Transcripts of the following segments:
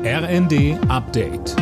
RND Update.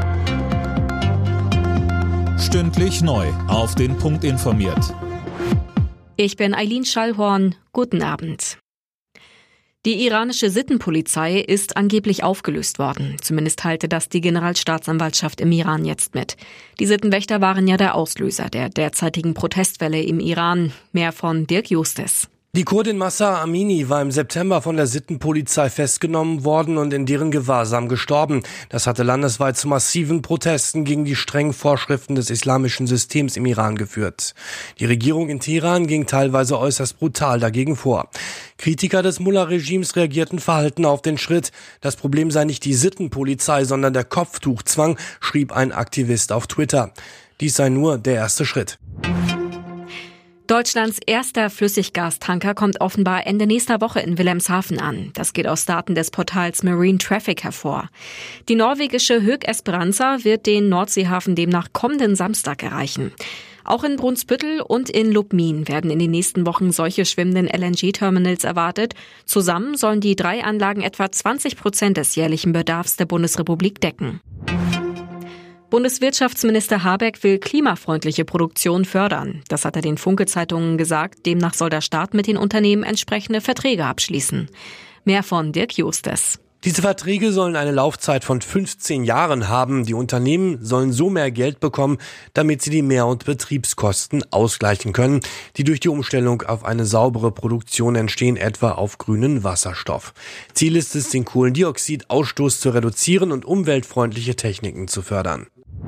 Stündlich neu auf den Punkt informiert. Ich bin Eileen Schallhorn. Guten Abend. Die iranische Sittenpolizei ist angeblich aufgelöst worden. Zumindest teilte das die Generalstaatsanwaltschaft im Iran jetzt mit. Die Sittenwächter waren ja der Auslöser der derzeitigen Protestwelle im Iran. Mehr von Dirk Justes. Die Kurdin Mahsa Amini war im September von der Sittenpolizei festgenommen worden und in deren Gewahrsam gestorben. Das hatte landesweit zu massiven Protesten gegen die strengen Vorschriften des islamischen Systems im Iran geführt. Die Regierung in Teheran ging teilweise äußerst brutal dagegen vor. Kritiker des Mullah-Regimes reagierten verhalten auf den Schritt. Das Problem sei nicht die Sittenpolizei, sondern der Kopftuchzwang, schrieb ein Aktivist auf Twitter. Dies sei nur der erste Schritt. Deutschlands erster Flüssiggastanker kommt offenbar Ende nächster Woche in Wilhelmshaven an. Das geht aus Daten des Portals Marine Traffic hervor. Die norwegische Höegh Esperanza wird den Nordseehafen demnach kommenden Samstag erreichen. Auch in Brunsbüttel und in Lubmin werden in den nächsten Wochen solche schwimmenden LNG-Terminals erwartet. Zusammen sollen die 3 Anlagen etwa 20% des jährlichen Bedarfs der Bundesrepublik decken. Bundeswirtschaftsminister Habeck will klimafreundliche Produktion fördern. Das hat er den Funke-Zeitungen gesagt. Demnach soll der Staat mit den Unternehmen entsprechende Verträge abschließen. Mehr von Dirk Justes. Diese Verträge sollen eine Laufzeit von 15 Jahren haben. Die Unternehmen sollen so mehr Geld bekommen, damit sie die Mehr- und Betriebskosten ausgleichen können, die durch die Umstellung auf eine saubere Produktion entstehen, etwa auf grünen Wasserstoff. Ziel ist es, den Kohlendioxidausstoß zu reduzieren und umweltfreundliche Techniken zu fördern.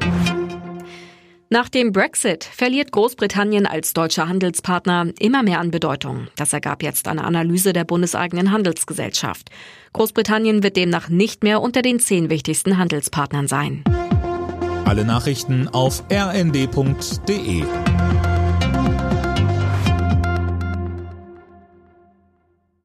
Nach dem Brexit verliert Großbritannien als deutscher Handelspartner immer mehr an Bedeutung. Das ergab jetzt eine Analyse der bundeseigenen Handelsgesellschaft. Großbritannien wird demnach nicht mehr unter den 10 wichtigsten Handelspartnern sein. Alle Nachrichten auf rnd.de.